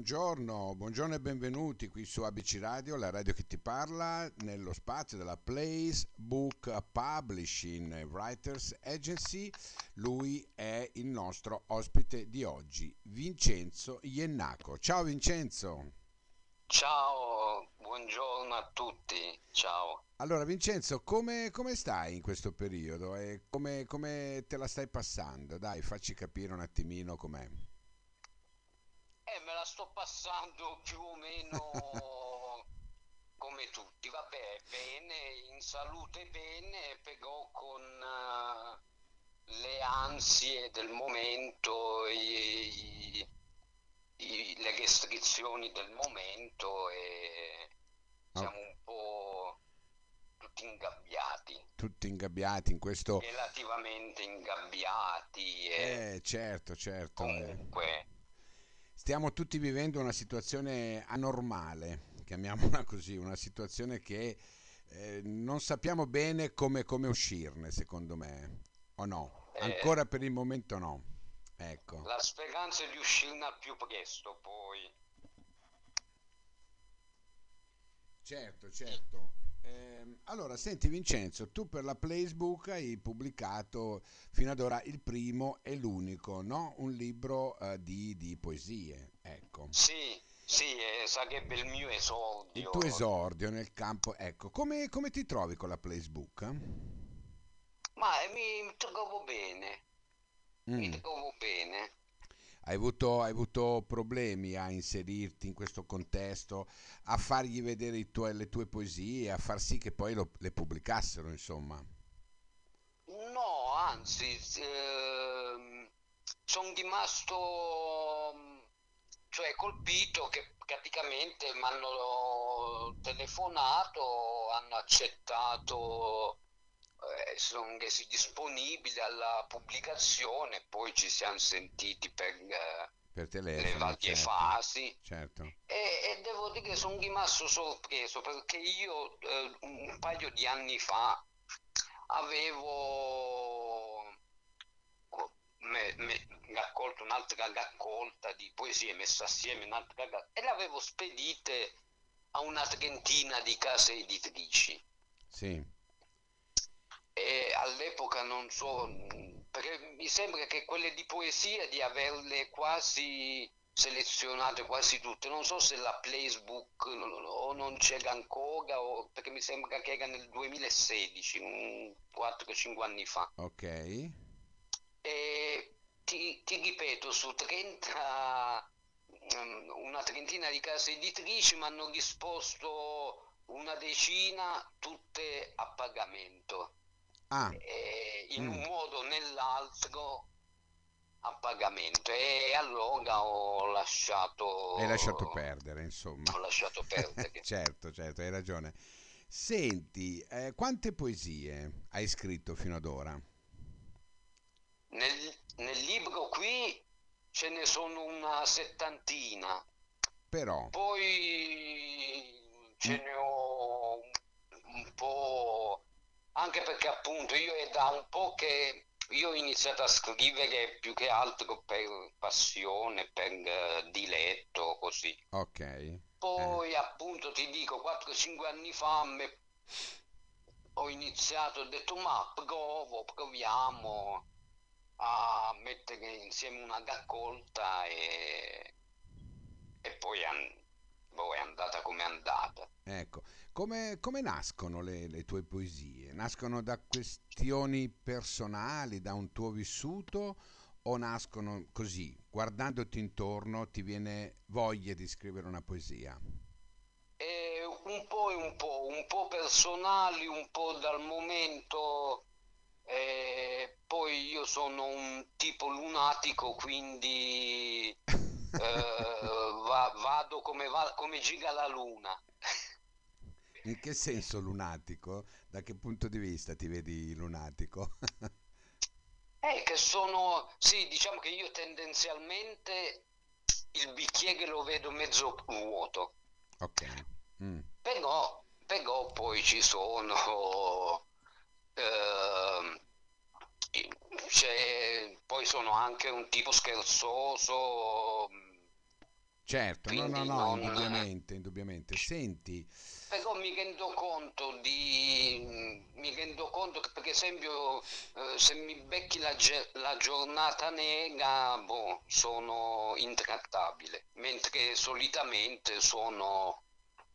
buongiorno e benvenuti qui su ABC Radio, la radio che ti parla, nello spazio della Place Book Publishing Writers Agency. Lui è il nostro ospite di oggi, Vincenzo Iennaco. Ciao Vincenzo! Ciao, buongiorno a tutti, ciao. Allora Vincenzo, come stai in questo periodo e come te la stai passando? Dai, facci capire un attimino com'è. Me la sto passando più o meno come tutti, vabbè, bene, in salute bene, però con le ansie del momento, le restrizioni del momento e Oh, siamo un po' tutti ingabbiati, tutti ingabbiati in questo. relativamente ingabbiati e Certo, certo. comunque. Stiamo tutti vivendo una situazione anormale, chiamiamola così, una situazione che non sappiamo bene come uscirne, secondo me, o no? Eh, Ancora per il momento no. Ecco. la speranza è di uscirne al più presto, poi. Certo, certo. Allora, senti Vincenzo, tu per la Placebook hai pubblicato fino ad ora il primo e l'unico, no? Un libro di poesie, ecco. Sì, sì, sarebbe il mio Il tuo esordio. esordio nel campo, ecco, come ti trovi con la Placebook? Ma mi trovo bene, mi Mm. trovo bene. Hai avuto problemi a inserirti in questo contesto, a fargli vedere le tue poesie, a far sì che poi le pubblicassero, insomma. No, anzi, sono rimasto, cioè, colpito che praticamente mi hanno telefonato, hanno accettato, sono resi disponibili alla pubblicazione, poi ci siamo sentiti per Per le telefono, varie certo, fasi. certo. E devo dire che sono rimasto sorpreso perché io un paio di anni fa avevo raccolto un'altra raccolta di poesie messe assieme e le avevo spedite a una trentina di case editrici. Sì. E all'epoca non so, perché mi sembra che quelle di poesia di averle quasi selezionate quasi tutte, non so se la Placebook o non c'era ancora, perché mi sembra che era nel 2016, 4-5 anni fa. Ok. E ti ripeto, su 30, una trentina di case editrici mi hanno risposto una decina, tutte a pagamento. Ah, E in un mm. modo o nell'altro a pagamento. E allora Hai lasciato perdere, insomma. ho lasciato perdere. Certo, certo, hai ragione. Senti, quante poesie hai scritto fino ad ora? Nel libro qui ce ne sono una settantina. Però, Poi ce mm, ne ho un po', anche perché appunto io è da un po' che io ho iniziato a scrivere più che altro per passione, per diletto, così. ok. Poi appunto ti dico, 4-5 anni fa ho iniziato, ho detto ma proviamo a mettere insieme una raccolta e poi boh, è andata come è andata. Ecco, come nascono le tue poesie? Nascono da questioni personali, da un tuo vissuto o nascono così, guardandoti intorno ti viene voglia di scrivere una poesia? Un po' e un po' personali, un po' dal momento. Poi io sono un tipo lunatico, quindi vado come gira la luna. In che senso lunatico? Da che punto di vista ti vedi lunatico? Che sono, sì, diciamo che io tendenzialmente il bicchiere lo vedo mezzo vuoto. Ok. Mm. Però poi ci sono, ehm, poi sono anche un tipo scherzoso, certo, no, no, quindi no, non... indubbiamente, indubbiamente. Senti, Però mi rendo conto che per esempio se mi becchi la giornata nera, boh, sono intrattabile, mentre solitamente sono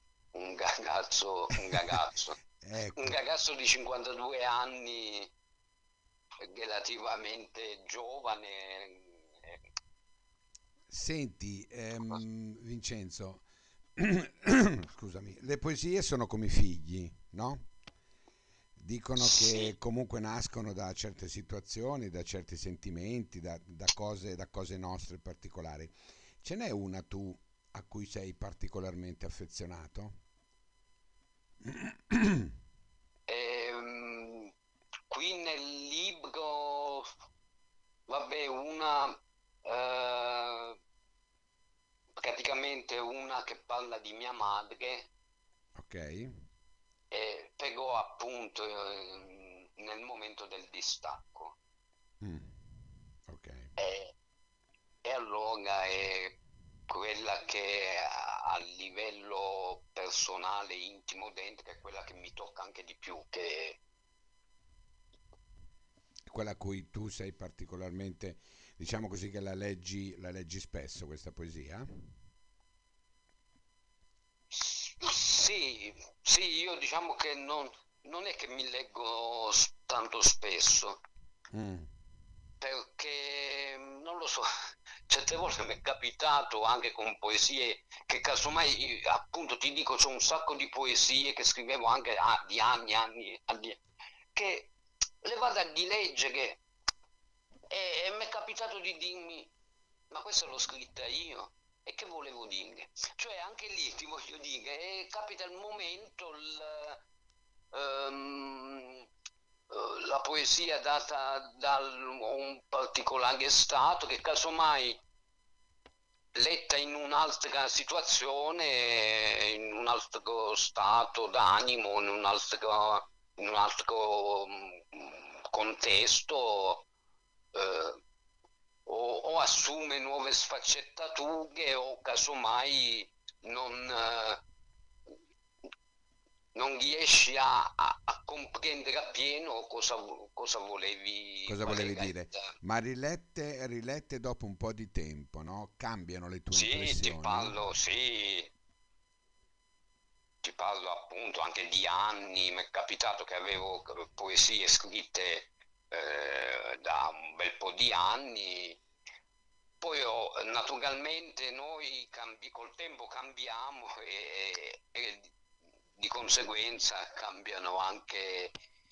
un ecco, ragazzo di 52 anni, relativamente giovane. senti, Vincenzo, scusami, le poesie sono come i figli, no? Dicono che Sì, comunque nascono da certe situazioni, da certi sentimenti, da cose nostre particolari. Ce n'è una tu a cui sei particolarmente affezionato? ehm, qui nel libro, vabbè, praticamente una che parla di mia madre, Ok? però appunto nel momento del distacco. Mm, ok. E, e allora è quella che a livello personale, intimo dentro, è quella che mi tocca anche di più, che Quella a cui tu sei particolarmente, diciamo così, che la leggi spesso questa poesia? sì, sì, io diciamo che non è che mi leggo tanto spesso, Mm, perché non lo so, certe volte mi è capitato anche con poesie che casomai, appunto ti dico, c'è un sacco di poesie che scrivevo anche di anni, anni, anni, che le vado a rileggere e mi è capitato di dirmi, ma questa l'ho scritta io. E che volevo dire? Cioè, anche lì ti voglio dire, capita il momento, ehm, la poesia data da un particolare stato che casomai letta in un'altra situazione, in un altro stato d'animo, in un altro contesto, eh, o assume nuove sfaccettature o casomai non, eh, non riesci a comprendere appieno cosa volevi cosa fare volevi dire? realizzare. Ma rilette dopo un po' di tempo, no? Cambiano le tue Sì, impressioni? ti parlo appunto anche di anni, mi è capitato che avevo poesie scritte da un bel po' di anni, poi naturalmente noi col tempo cambiamo e di conseguenza cambiano anche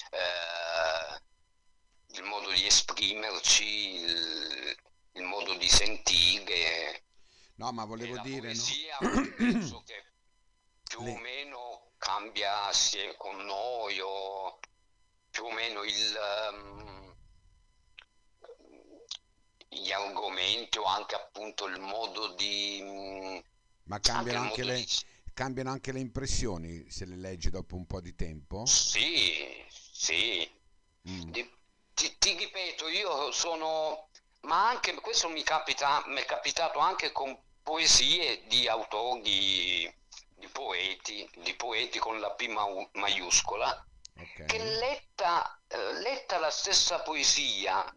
il modo di esprimerci, il modo di sentire. No, ma E volevo la dire, no? poesia penso che più o Le- meno cambia sia con noi o più o meno gli argomenti o anche appunto il modo ma anche il modo di cambiano anche le impressioni se le leggi dopo un po' di tempo? sì, sì. Mm, Di- ti ripeto, io sono, ma anche questo mi è capitato anche con poesie di autori, di poeti con la maiuscola, ok. che letta la stessa poesia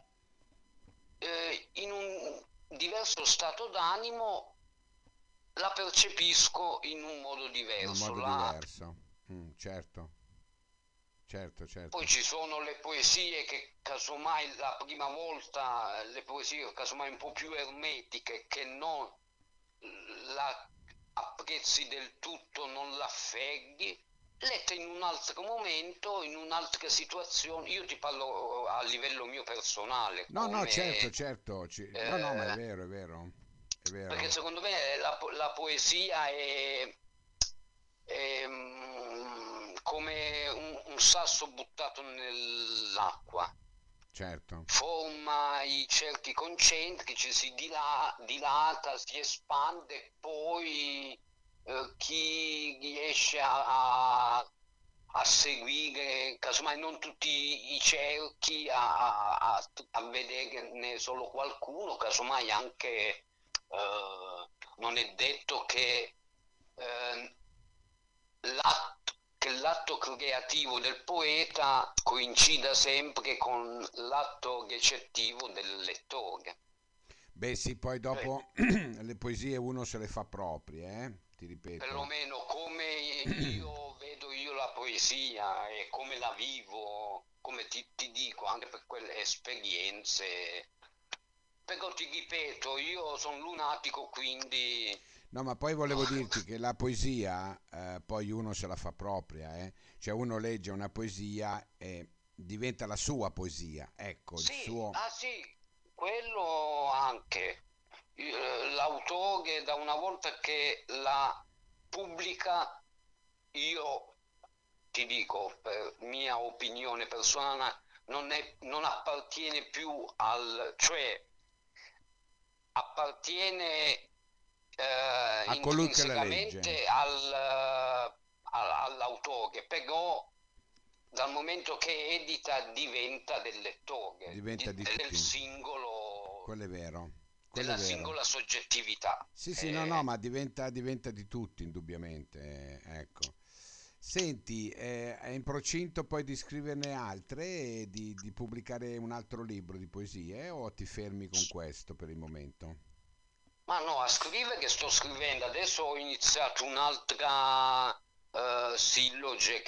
in un diverso stato d'animo, la percepisco in un modo In un diverso. modo diverso. Certo, certo, Poi certo. ci sono le poesie che casomai la prima volta, le poesie casomai un po' più ermetiche, che non la apprezzi del tutto, non la affeghi, letta in un altro momento, in un'altra situazione. Io ti parlo a livello mio personale, No, no, certo, come certo. No, no, ma è eh, vero, è vero. È perché vero. secondo me la poesia è come un sasso buttato nell'acqua. Certo. Forma i cerchi concentrici, dilata, si espande e poi chi riesce a seguire, casomai non tutti i cerchi, a vederne solo qualcuno, casomai anche non è detto eh, che l'atto creativo del poeta coincida sempre con l'atto recettivo del lettore. Beh sì, poi Cioè, dopo le poesie uno se le fa proprie, ti ripeto. perlomeno come vedo io la poesia e come la vivo, come ti dico, anche per quelle esperienze. Però ti ripeto, io sono lunatico, quindi No, ma poi no. volevo dirti che la poesia, poi uno se la fa propria, eh. Cioè uno legge una poesia e diventa la sua poesia, ecco, il Sì, suo... ah sì, quello anche. L'autore da una volta che la pubblica, io ti dico, per mia opinione personale, non appartiene più cioè appartiene a colui che la legge, intrinsecamente all'autore, però dal momento che edita diventa del lettore, diventa di del tutti, singolo, quello è vero, quello è della vero. singola soggettività. Sì, sì, no, no, ma diventa di tutti, indubbiamente, ecco. Senti, è in procinto poi di scriverne altre e di pubblicare un altro libro di poesie o ti fermi con questo per il momento? Ma no, a scrivere sto scrivendo, adesso ho iniziato un'altra silloge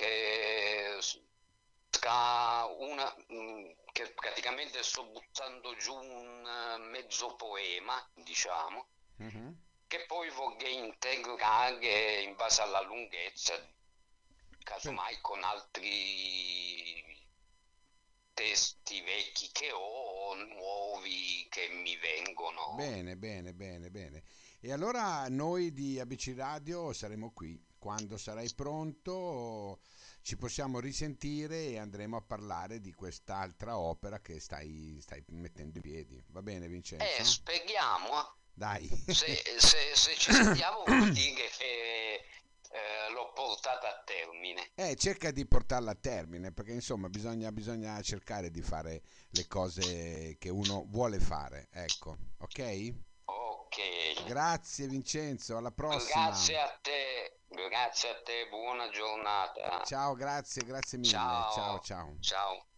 tra una che praticamente sto buttando giù un mezzo poema, diciamo, Mhm. che poi vorrei integrare in base alla lunghezza, Per- casomai con altri testi vecchi che ho o nuovi che mi vengono. Bene, bene, bene, bene. E allora noi di ABC Radio saremo qui. Quando sarai pronto ci possiamo risentire e andremo a parlare di quest'altra opera che stai mettendo in piedi. Va bene, Vincenzo? Speriamo. Dai. Se ci sentiamo vuol dire che l'ho portata a termine. Cerca di portarla a termine perché insomma bisogna cercare di fare le cose che uno vuole fare. Ecco, ok? Ok, Grazie Vincenzo, alla prossima. grazie a te, buona giornata. Ciao, grazie, grazie mille. Ciao, Ciao, ciao. ciao.